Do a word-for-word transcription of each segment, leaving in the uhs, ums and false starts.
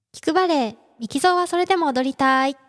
聞くバレエ、ミキゾーはそれでも踊りたい。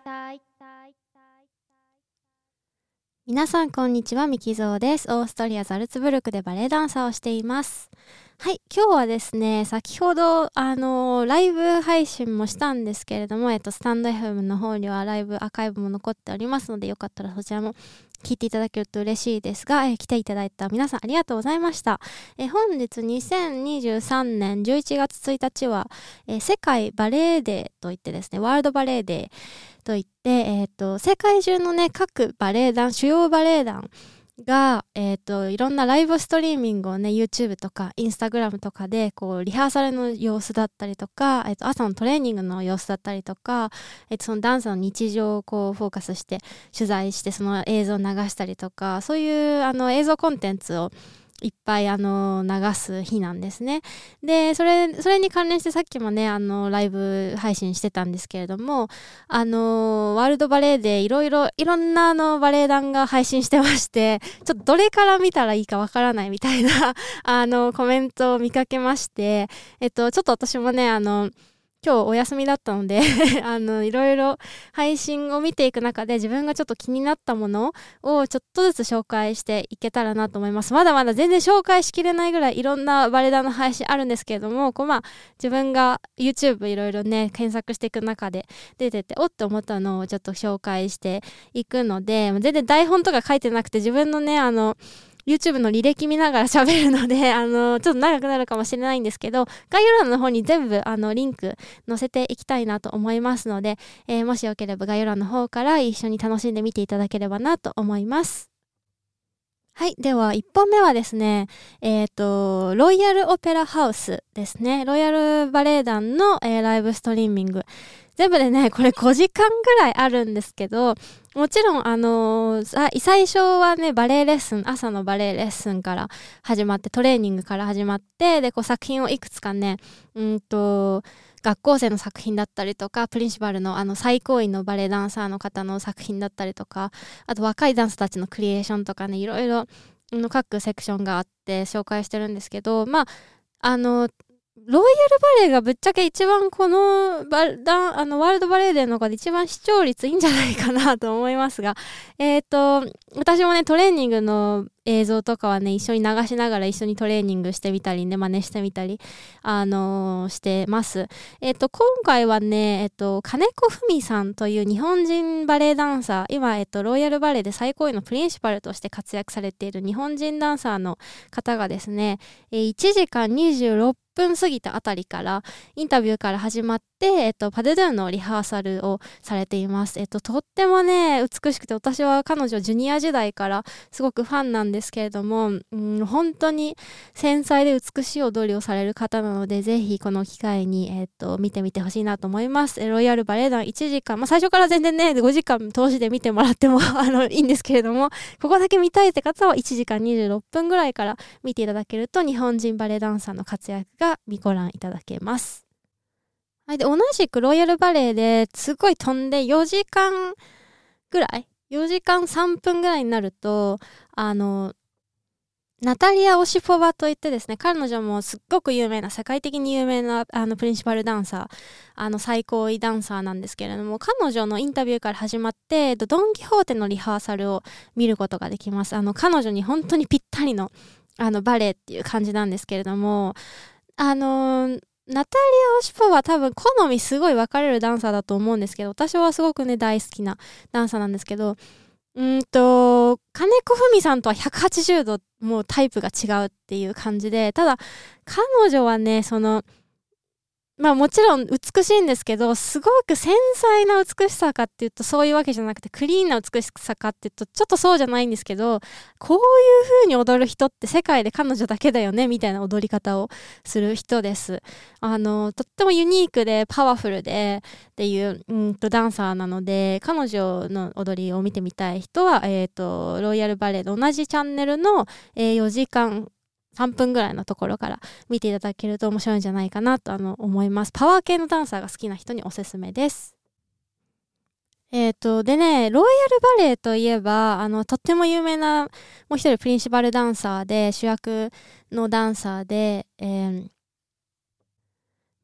皆さんこんにちは、ミキゾーです。オーストリアザルツブルクでバレエダンサーをしています。はい、今日はですね、先ほどあのライブ配信もしたんですけれども、えっとスタンド エフエム の方にはライブアーカイブも残っておりますので、よかったらそちらも聞いていただけると嬉しいですが、えー来ていただいた皆さんありがとうございました。えー本日にせんにじゅうさんねんじゅういちがつついたちは、えー世界バレエデーといってですね、ワールドバレエデーといって、えーと世界中のね、各バレエ団、主要バレエ団が、えーといろんなライブストリーミングをね YouTube とか Instagram とかでこうリハーサルの様子だったりとか、えーと朝のトレーニングの様子だったりとか、えーとそのダンサーの日常をこうフォーカスして取材してその映像を流したりとか、そういうあの映像コンテンツをいっぱいあの流す日なんですね。で、それ、それに関連してさっきもね、あのライブ配信してたんですけれども、あのワールドバレエでいろいろ、いろんなあのバレエ団が配信してまして、ちょっとどれから見たらいいかわからないみたいなあのコメントを見かけまして、えっと、ちょっと私もね、あの、今日お休みだったのであのいろいろ配信を見ていく中で自分がちょっと気になったものをちょっとずつ紹介していけたらなと思います。まだまだ全然紹介しきれないぐらいいろんなバレエ団の配信あるんですけれども、こうまあ自分が YouTube いろいろね検索していく中で出てておって思ったのをちょっと紹介していくので、全然台本とか書いてなくて自分のねあのYouTube の履歴見ながら喋るので、あの、ちょっと長くなるかもしれないんですけど、概要欄の方に全部、あの、リンク載せていきたいなと思いますので、えーもしよければ概要欄の方から一緒に楽しんでみていただければなと思います。はい。では、いっぽんめはですね、えっと、ロイヤルオペラハウスですね。ロイヤルバレエ団の、えーライブストリーミング。全部でね、これごじかんぐらいあるんですけど、もちろん、あのーさ最初はね、バレエレッスン、朝のバレエレッスンから始まって、トレーニングから始まって、で、こう作品をいくつかね、うんと、学校生の作品だったりとか、プリンシパルのあの最高位のバレエダンサーの方の作品だったりとか、あと若いダンサーたちのクリエーションとかね、いろいろ、あの各セクションがあって紹介してるんですけど、まあ、あの、ロイヤルバレエがぶっちゃけ一番このバダンあのワールドバレエデーの中で一番視聴率いいんじゃないかなと思いますが、えっと、私もね、トレーニングの映像とかはね、一緒に流しながら一緒にトレーニングしてみたりね、真似してみたり、あのーしてます。えっと、今回はね、えっと、金子文さんという日本人バレエダンサー、今、えっと、ロイヤルバレエで最高位のプリンシパルとして活躍されている日本人ダンサーの方がですね、えーいちじかんにじゅうろっぷん過ぎたあたりからインタビューから始まって、えっと、パデュドゥのリハーサルをされています。えっと、とってもね、美しくて、私は彼女ジュニア時代からすごくファンなんですけれども、うん、本当に繊細で美しい踊りをされる方なので、ぜひこの機会に、えっと、見てみてほしいなと思います。えロイヤルバレエ団いちじかん、まあ、最初から全然ね、ごじかん通しで見てもらってもあのいいんですけれども、ここだけ見たいって方はいちじかんにじゅうろっぷんぐらいから見ていただけると、日本人バレエダンサーの活躍がご覧いただけます。はい、で同じくロイヤルバレエですごい飛んでよじかんぐらいよじかんさんぷんぐらいになると、あのナタリア・オシフォバといってですね、彼女もすっごく有名な、世界的に有名なあのプリンシパルダンサー、あの最高位ダンサーなんですけれども、彼女のインタビューから始まって、ドン・キホーテのリハーサルを見ることができます。あの彼女に本当にぴったりのあのバレエっていう感じなんですけれども、あのーナタリア・オシポは多分好みすごい分かれるダンサーだと思うんですけど、私はすごくね大好きなダンサーなんですけど、うーんと金子文さんとはひゃくはちじゅうどもうタイプが違うっていう感じで、ただ彼女はね、そのまあもちろん美しいんですけど、すごく繊細な美しさかっていうとそういうわけじゃなくて、クリーンな美しさかっていうとちょっとそうじゃないんですけど、こういう風に踊る人って世界で彼女だけだよねみたいな踊り方をする人です。あのとってもユニークでパワフルでっていううんとダンサーなので、彼女の踊りを見てみたい人は、えー、とロイヤルバレエの同じチャンネルの、えーよじかんさんぷんぐらいのところから見ていただけると面白いんじゃないかなとあの思います。パワー系のダンサーが好きな人におすすめです。えっと、でね、ロイヤルバレエといえば、あの、とっても有名な、もう一人プリンシパルダンサーで、主役のダンサーで、えー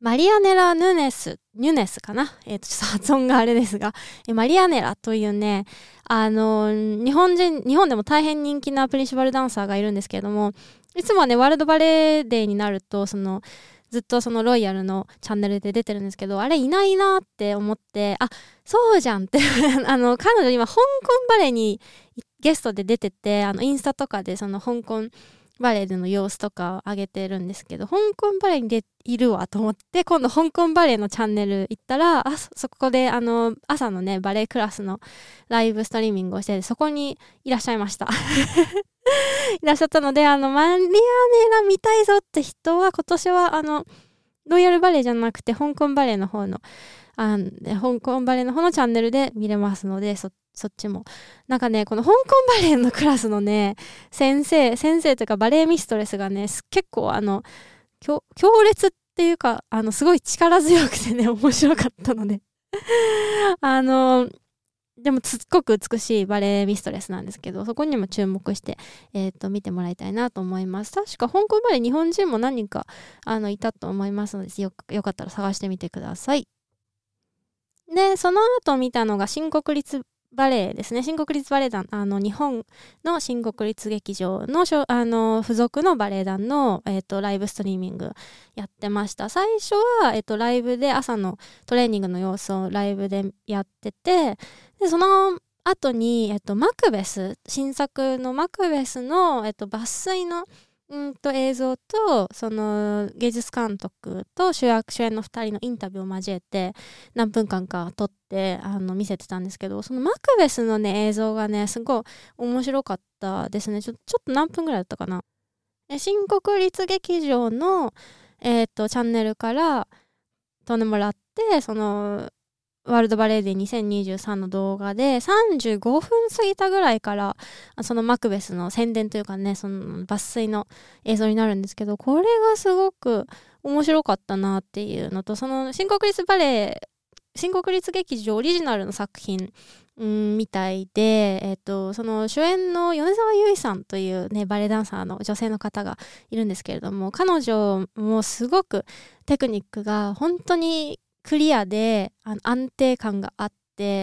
マリアネラ・ヌネス、ニュネスかな、えっと、ちょっと発音があれですが、マリアネラというね、あの、日本人、日本でも大変人気なプリンシパルダンサーがいるんですけれども、いつもはね、ワールドバレーデーになると、その、ずっとそのロイヤルのチャンネルで出てるんですけど、あれいないなって思って、あ、そうじゃんってあの、彼女今、香港バレーにゲストで出てて、あの、インスタとかでその香港バレーでの様子とか上げてるんですけど、香港バレーに出いるわと思って、今度香港バレーのチャンネル行ったら、あ、そ、そこであの、朝のね、バレークラスのライブストリーミングをして、そこにいらっしゃいました。いらっしゃったので、あの、マリアネラ見たいぞって人は、今年はあの、ロイヤルバレーじゃなくて、香港バレーの方の、あの香港バレーの方のチャンネルで見れますので、そそっちも。なんかね、この香港バレーのクラスのね、先生、先生というかバレーミストレスがね、結構あの、強、強烈っていうか、あの、すごい力強くてね、面白かったので。あの、でもすっごく美しいバレーミストレスなんですけど、そこにも注目して、えっと、見てもらいたいなと思います。確か香港バレー日本人も何人か、あの、いたと思いますので、よ、よかったら探してみてください。で、その後見たのが新国立バレエですね。新国立バレエ団、あの、日本の新国立劇場の、あの、付属のバレエ団の、えっと、ライブストリーミングやってました。最初は、えっと、ライブで朝のトレーニングの様子をライブでやってて、で、その後に、えっと、マクベス、新作のマクベスの、えっと、抜粋の、うんと映像とその芸術監督と主役主演のふたりのインタビューを交えて何分間か撮ってあの見せてたんですけど、そのマクベスのね映像がねすごい面白かったですね。ちょ、ちょっと何分ぐらいだったかな。新国立劇場の、えー、とチャンネルから飛んでもらって、そのワールドバレーデーにせんにじゅうさんの動画でさんじゅうごふん過ぎたぐらいからそのマクベスの宣伝というかね、その抜粋の映像になるんですけど、これがすごく面白かったなっていうのと、その新国立バレー新国立劇場オリジナルの作品んみたいで、えっと、その主演の米沢優衣さんというねバレエダンサーの女性の方がいるんですけれども、彼女もすごくテクニックが本当にクリアであの安定感があって、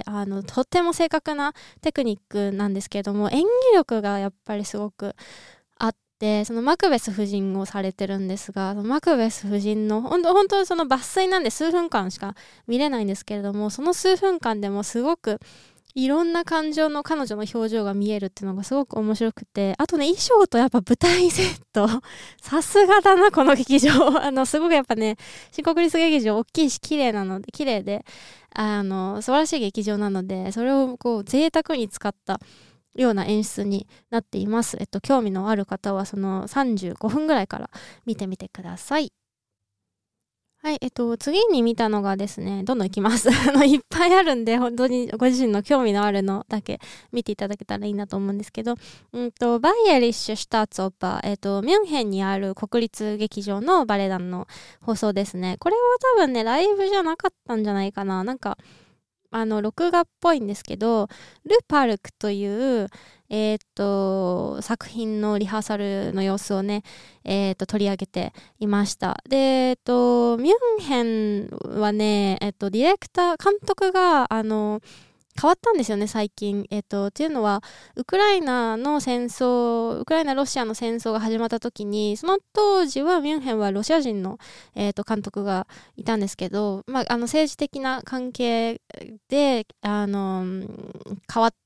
あのとても正確なテクニックなんですけれども、演技力がやっぱりすごくあって、そのマクベス夫人をされてるんですが、マクベス夫人の本当本当その抜粋なんで数分間しか見れないんですけれども、その数分間でもすごくいろんな感情の彼女の表情が見えるっていうのがすごく面白くて、あとね衣装とやっぱ舞台セットさすがだなこの劇場あのすごくやっぱね新国立劇場大きいし綺麗なので綺麗であの素晴らしい劇場なので、それをこう贅沢に使ったような演出になっています。えっと興味のある方はそのさんじゅうごふんぐらいから見てみてください。はい、えっと、次に見たのがですね、どんどんいきます。あの、いっぱいあるんで、本当にご自身の興味のあるのだけ見ていただけたらいいなと思うんですけど、うんと、バイエリッシュ・シュターツ・オッパー、えっと、ミュンヘンにある国立劇場のバレエ団の放送ですね。これは多分ね、ライブじゃなかったんじゃないかな。なんか、あの、録画っぽいんですけど、ル・パルクという、えっと、作品のリハーサルの様子をね、えっと、取り上げていました。で、えっと、ミュンヘンはね、えっと、ディレクター、監督が、あの、変わったんですよね、最近。えっと、っていうのは、ウクライナの戦争、ウクライナ、ロシアの戦争が始まった時に、その当時はミュンヘンはロシア人の、えっと、監督がいたんですけど、まあ、あの、政治的な関係で、あの、変わって、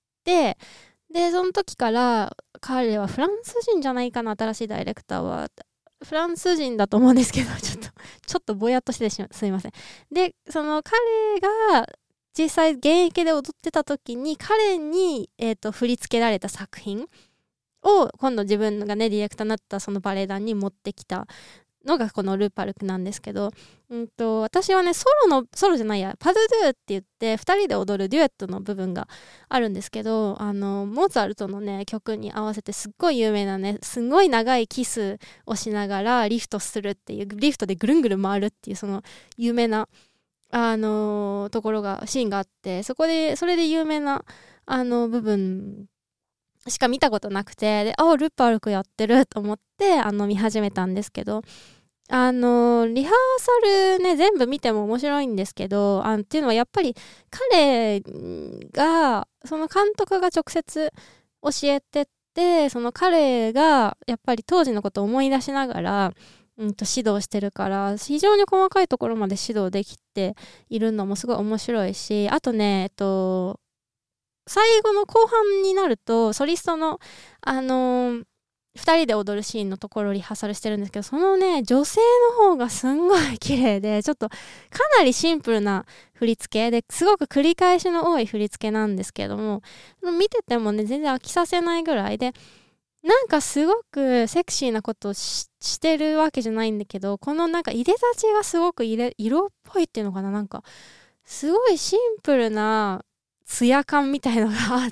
で、その時から彼はフランス人じゃないかな、新しいダイレクターは。フランス人だと思うんですけど、ちょっと、ちょっとぼやっとしてしま、すみません。で、その彼が実際現役で踊ってた時に彼に、えーと、振り付けられた作品を今度自分がね、ディレクターになったそのバレエ団に持ってきたのがこのル・パルクなんですけど、うんと、私はねソロのソロじゃないやパドゥドゥって言ってふたりで踊るデュエットの部分があるんですけど、あのモーツァルトのね曲に合わせてすっごい有名なねすごい長いキスをしながらリフトするっていう、リフトでぐるんぐる回るっていうその有名なあのー、ところがシーンがあって、そこでそれで有名なあの部分しか見たことなくて、であル・パルクやってると思ってあの見始めたんですけど、 あのリハーサルね全部見ても面白いんですけど、あのっていうのはやっぱり彼がその監督が直接教えてて、その彼がやっぱり当時のことを思い出しながら、うん、と指導してるから非常に細かいところまで指導できているのもすごい面白いし、あとねえっと最後の後半になるとソリストのあのーふたりで踊るシーンのところをリハーサルしてるんですけど、そのね女性の方がすんごい綺麗で、ちょっとかなりシンプルな振り付けですごく繰り返しの多い振り付けなんですけども、見ててもね全然飽きさせないぐらいで、なんかすごくセクシーなことを し, してるわけじゃないんだけど、このなんか入れ立ちがすごく入れ色っぽいっていうのかな、なんかすごいシンプルなツヤ感みたいのがあって、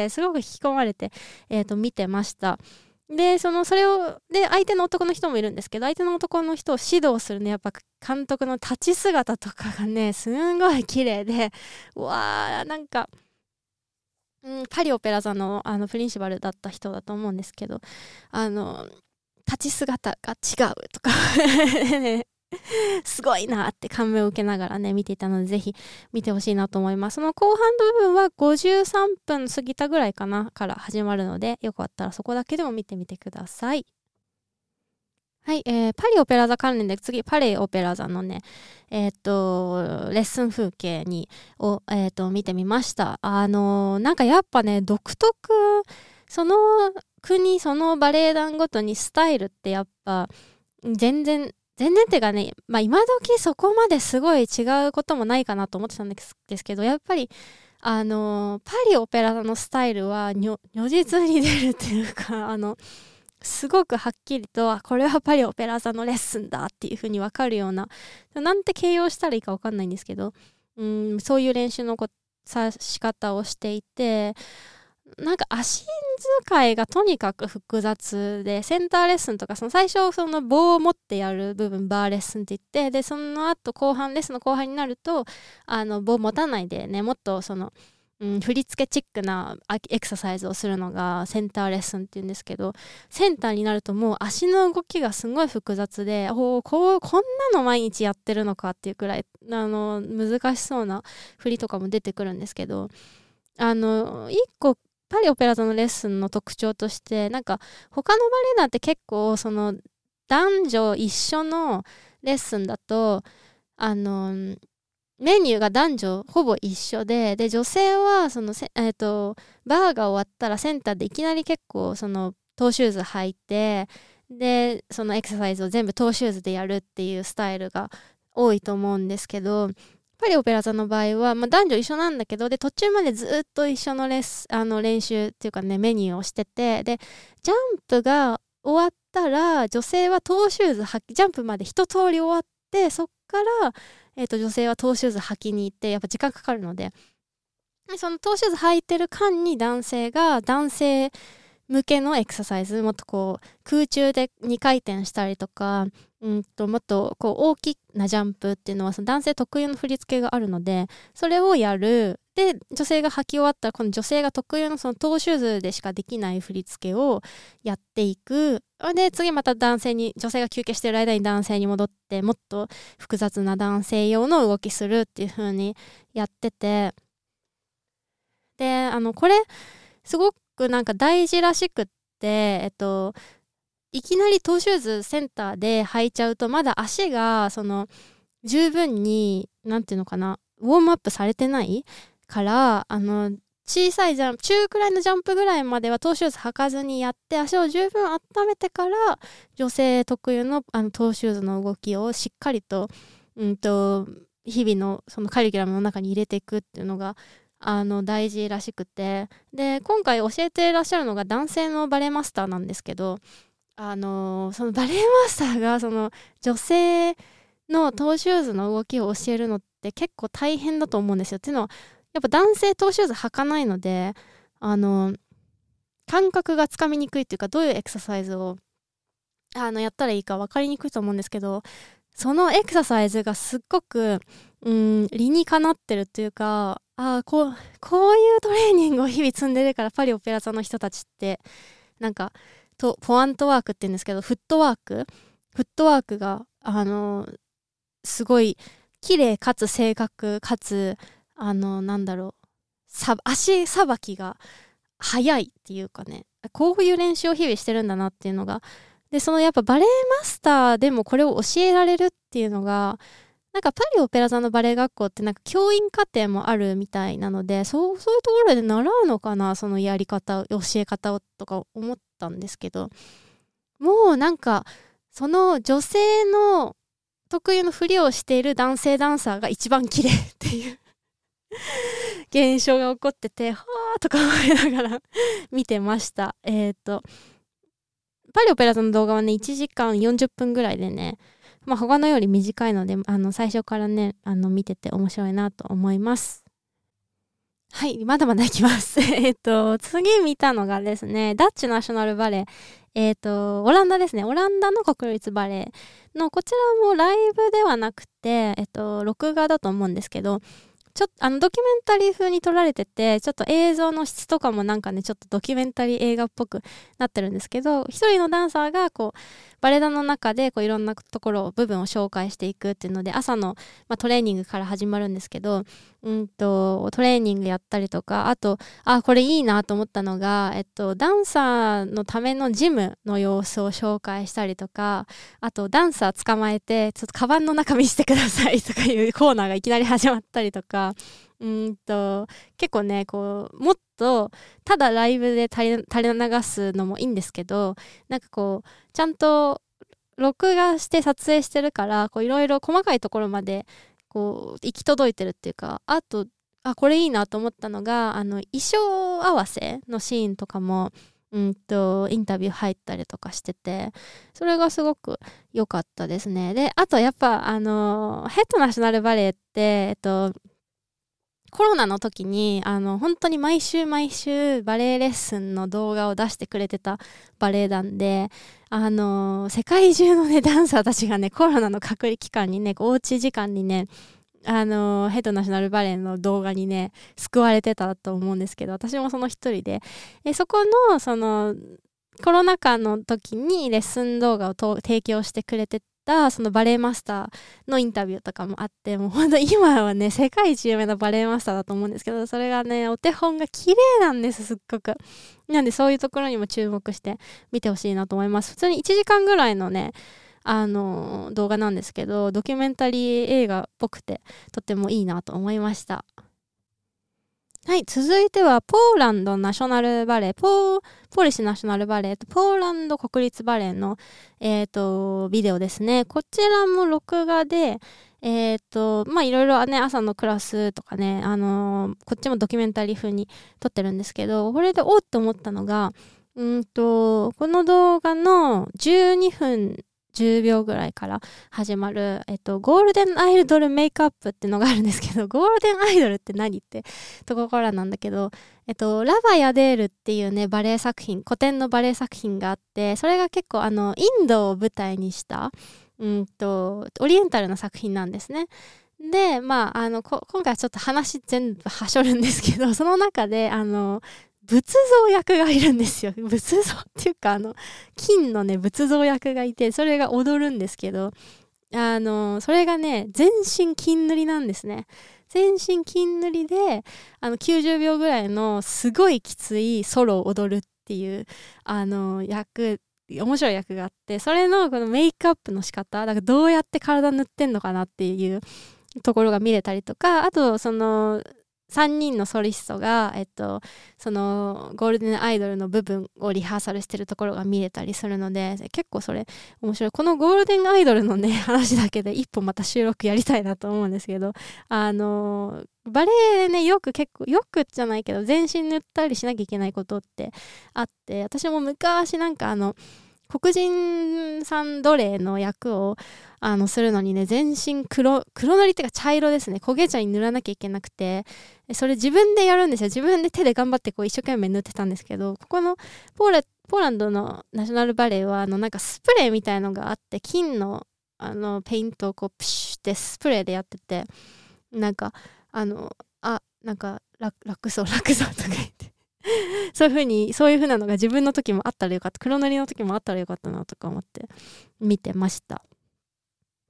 すごく引き込まれて、えーと見てました。でそのそれをで相手の男の人もいるんですけど、相手の男の人を指導するねやっぱ監督の立ち姿とかがねすんごい綺麗で、うわーなんか、うん、パリオペラ座のあのプリンシパルだった人だと思うんですけど、あの立ち姿が違うとかすごいなって感銘を受けながらね見ていたので、ぜひ見てほしいなと思います。その後半の部分はごじゅうさんぷん過ぎたぐらいかなから始まるので、よかったらそこだけでも見てみてください。はい、えー、パリオペラ座関連で次パレオペラ座のねえー、っとレッスン風景にを、えー、っと見てみました。あのー、なんかやっぱね独特、その国そのバレエ団ごとにスタイルってやっぱ全然全然っていうかね、まあ今時そこまですごい違うこともないかなと思ってたんですですけど、やっぱりあのー、パリオペラ座のスタイルは如実に出るっていうか、あのすごくはっきりとこれはパリオペラ座のレッスンだっていう風に分かるような、なんて形容したらいいか分かんないんですけど、うん、そういう練習のこさ仕方をしていて、なんか足使いがとにかく複雑で、センターレッスンとかその最初その棒を持ってやる部分バーレッスンって言って、でその後後半レッスンの後半になるとあの棒持たないでね、もっとそのうん、振り付けチックなエクササイズをするのがセンターレッスンっていうんですけど、センターになるともう足の動きがすごい複雑で、おこうこんなの毎日やってるのかっていうくらいあの難しそうな振りとかも出てくるんですけど、あの一個パリオペラ座のレッスンの特徴として、なんか他のバレエ団って結構その男女一緒のレッスンだとあのメニューが男女ほぼ一緒で、で女性はそのせ、えーと、バーが終わったらセンターでいきなり結構そのトーシューズ履いて、でそのエクササイズを全部トーシューズでやるっていうスタイルが多いと思うんですけど、パリオペラ座の場合は、まあ、男女一緒なんだけど、で途中までずっと一緒のレッスあの練習っていうかねメニューをしてて、でジャンプが終わったら女性はトーシューズ履き、ジャンプまで一通り終わって、そっからえー、と女性はトーシューズ履きに行って、やっぱ時間かかるので、そのトーシューズ履いてる間に男性が男性向けのエクササイズ、もっとこう空中でにかい転したりとか、うんともっとこう大きなジャンプっていうのはその男性特有の振り付けがあるので、それをやる。で女性が履き終わったら、この女性が特有のそのトーシューズでしかできない振り付けをやっていく。で次また男性に、女性が休憩してる間に男性に戻って、もっと複雑な男性用の動きするっていう風にやってて、であのこれすごくなんか大事らしくって、えっといきなりトーシューズセンターで履いちゃうと、まだ足がその十分になんていうのかな、ウォームアップされてないから、あの小さいジャンプ、中くらいのジャンプぐらいまではトーシューズ履かずにやって、足を十分温めてから女性特有 の, あのトーシューズの動きをしっかりと、うんと日々のそのカリキュラムの中に入れていくっていうのがあの大事らしくて、で今回教えていらっしゃるのが男性のバレエマスターなんですけど、あのー、そのバレエマスターがその女性のトーシューズの動きを教えるのって結構大変だと思うんですよ。っていうのはやっぱ男性トーシューズ履かないので、あのー、感覚がつかみにくいっていうか、どういうエクササイズをあのやったらいいか分かりにくいと思うんですけど、そのエクササイズがすっごくうん理にかなってるっていうか、あこうこういうトレーニングを日々積んでるからパリオペラ座の人たちってなんかとポワントワークって言うんですけど、フットワークフットワークがあのすごい綺麗かつ正確かつあのなんだろうさ足さばきが早いっていうかね、こういう練習を日々してるんだなっていうのが、でそのやっぱバレエマスターでもこれを教えられるっていうのが、なんかパリオペラ座のバレエ学校ってなんか教員課程もあるみたいなので、そうそういうところで習うのかな、そのやり方教え方をとか思ったんですけど、もうなんかその女性の特有のふりをしている男性ダンサーが一番綺麗っていう現象が起こってて、はーとか思いながら見てました。えっとパリオペラ座の動画はねいちじかんよんじゅっぷんぐらいでね、まあ他のより短いので、あの最初からねあの見てて面白いなと思います。はい、まだまだいきますえっと次見たのがですね、ダッチナショナルバレエ、えっとオランダですね、オランダの国立バレエの、こちらもライブではなくて、えっと録画だと思うんですけど、ちょっとあのドキュメンタリー風に撮られてて、ちょっと映像の質とかもなんかねちょっとドキュメンタリー映画っぽくなってるんですけど、一人のダンサーがこうバレエ団の中でこういろんなところを部分を紹介していくっていうので、朝の、まあ、トレーニングから始まるんですけど、うんとトレーニングやったりとか、あとあこれいいなと思ったのが、えっとダンサーのためのジムの様子を紹介したりとか、あとダンサー捕まえてちょっとカバンの中見せてくださいとかいうコーナーがいきなり始まったりとか、うんと結構ねこうもっとただライブで垂れ、垂れ流すのもいいんですけど、なんかこうちゃんと録画して撮影してるから、こういろいろ細かいところまでこう行き届いてるっていうか、あとあこれいいなと思ったのが、あの衣装合わせのシーンとかもうんとインタビュー入ったりとかしてて、それがすごく良かったですね。であとやっぱあのヘッドナショナルバレエってえっとコロナの時にあの本当に毎週毎週バレエレッスンの動画を出してくれてたバレエ団で、あの世界中のねダンサーたちがねコロナの隔離期間にねおうち時間にねあのヘッドナショナルバレエの動画にね救われてたと思うんですけど、私もその一人で、えそこのそのコロナ禍の時にレッスン動画をと提供してくれてたそのバレエマスターのインタビューとかもあって、もう本当今はね世界一有名なバレエマスターだと思うんですけど、それがねお手本が綺麗なんです、すっごく。なんでそういうところにも注目して見てほしいなと思います。普通にいちじかんぐらいのねあの動画なんですけど、ドキュメンタリー映画っぽくてとってもいいなと思いました。はい、続いてはポーランドナショナルバレエ、ポー、ポーリッシュナショナルバレエとポーランド国立バレエの、えーと、ビデオですね。こちらも録画で、えーと、まあいろいろね、朝のクラスとかね、あのー、こっちもドキュメンタリー風に撮ってるんですけど、これでおーって思ったのが、うんと、この動画のじゅうにふんじゅうびょうぐらいから始まる、えっと、ゴールデンアイドルメイクアップってのがあるんですけど、ゴールデンアイドルって何ってところからなんだけど、えっと、ラバヤデールっていうねバレエ作品、古典のバレエ作品があって、それが結構あのインドを舞台にしたうんとオリエンタルな作品なんですね。でまああのこ今回はちょっと話全部はしょるんですけど、その中であの仏像役がいるんですよ。仏像っていうかあの金のね仏像役がいて、それが踊るんですけど、あのそれがね全身金塗りなんですね。全身金塗りであのきゅうじゅうびょうぐらいのすごいきついソロを踊るっていうあの役、面白い役があって、それのこのメイクアップの仕方、だからどうやって体塗ってんのかなっていうところが見れたりとか、あとそのさんにんのソリストが、えっと、そのゴールデンアイドルの部分をリハーサルしてるところが見れたりするので、結構それ面白い。このゴールデンアイドルのね話だけで一本また収録やりたいなと思うんですけど、あのバレエねよく結構よくじゃないけど全身塗ったりしなきゃいけないことってあって、私も昔なんかあの黒人さん奴隷の役をあのするのにね、全身黒黒塗りっていうか茶色ですね、焦げ茶に塗らなきゃいけなくて、それ自分でやるんですよ。自分で手で頑張ってこう一生懸命塗ってたんですけど、ここのポーラポーランドのナショナルバレエはあのなんかスプレーみたいのがあって、金のあのペイントをこうプシュってスプレーでやってて、なんかあのあなんか楽楽そう楽そうとか言ってそういう風にそういう風なのが自分の時もあったらよかった、黒塗りの時もあったらよかったなとか思って見てました。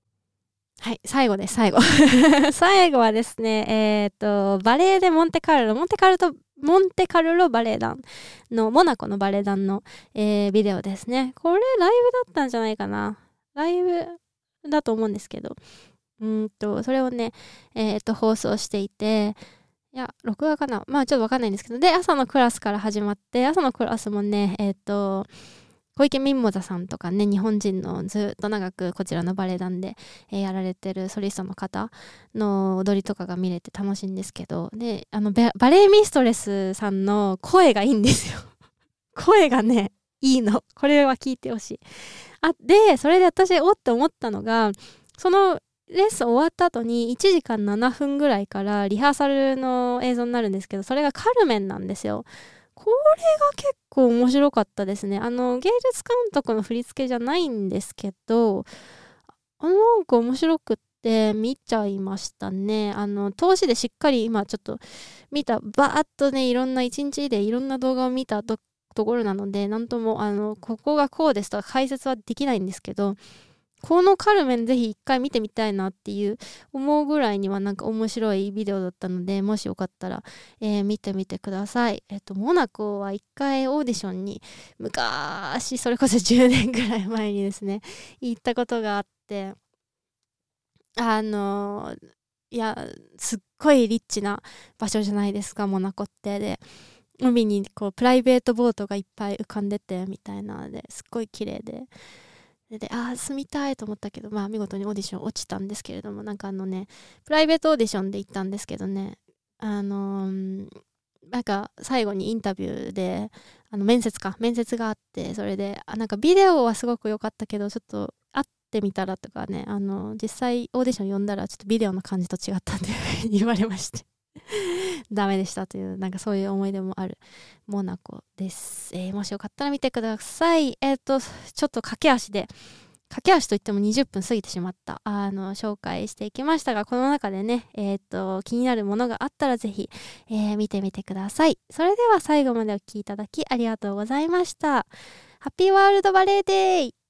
はい最後です最後最後はですねえっとバレエでモンテカルロモンテカルロモンテカルロバレエ団のモナコのバレエ団の、えー、ビデオですね。これライブだったんじゃないかな。ライブだと思うんですけど、うんとそれをねえっと放送していて、いや録画かな、まあちょっとわかんないんですけど、で朝のクラスから始まって、朝のクラスもねえっと小池ミンモザさんとかね、日本人のずっと長くこちらのバレエ団で、えー、やられてるソリストの方の踊りとかが見れて楽しいんですけど、であのバレエミストレスさんの声がいいんですよ声がねいいの、これは聞いてほしい。あでそれで私おって思ったのが、そのレッスン終わった後にいちじかんななふんぐらいからリハーサルの映像になるんですけど、それがカルメンなんですよ。これが結構面白かったですね。あの芸術監督の振り付けじゃないんですけど、あなんか面白くって見ちゃいましたね。あの通しでしっかり今ちょっと見たバーッとね、いろんないちにちでいろんな動画を見た と, ところなので、なんともあのここがこうですとか解説はできないんですけど、このカルメンぜひ一回見てみたいなっていう思うぐらいにはなんか面白いビデオだったので、もしよかったら、えー、見てみてください。えっとモナコは一回オーディションに昔、それこそじゅうねんぐらい前にですね行ったことがあって、あのー、いやすっごいリッチな場所じゃないですか、モナコって。で海にこうプライベートボートがいっぱい浮かんでてみたいなですっごい綺麗で、でああ住みたいと思ったけど、まあ見事にオーディション落ちたんですけれども、なんかあのねプライベートオーディションで行ったんですけどね、あのー、なんか最後にインタビューであの面接か面接があって、それであなんかビデオはすごく良かったけどちょっと会ってみたらとかね、あの実際オーディション呼んだらちょっとビデオの感じと違ったんで言われましてダメでしたという、なんかそういう思い出もあるモナコです。えー、もしよかったら見てください。えっとちょっと駆け足で駆け足といってもにじゅっぷん過ぎてしまったあの紹介していきましたが、この中でねえっと気になるものがあったらぜひ、えー、見てみてください。それでは最後までお聞きいただきありがとうございました。ハッピーワールドバレーデー。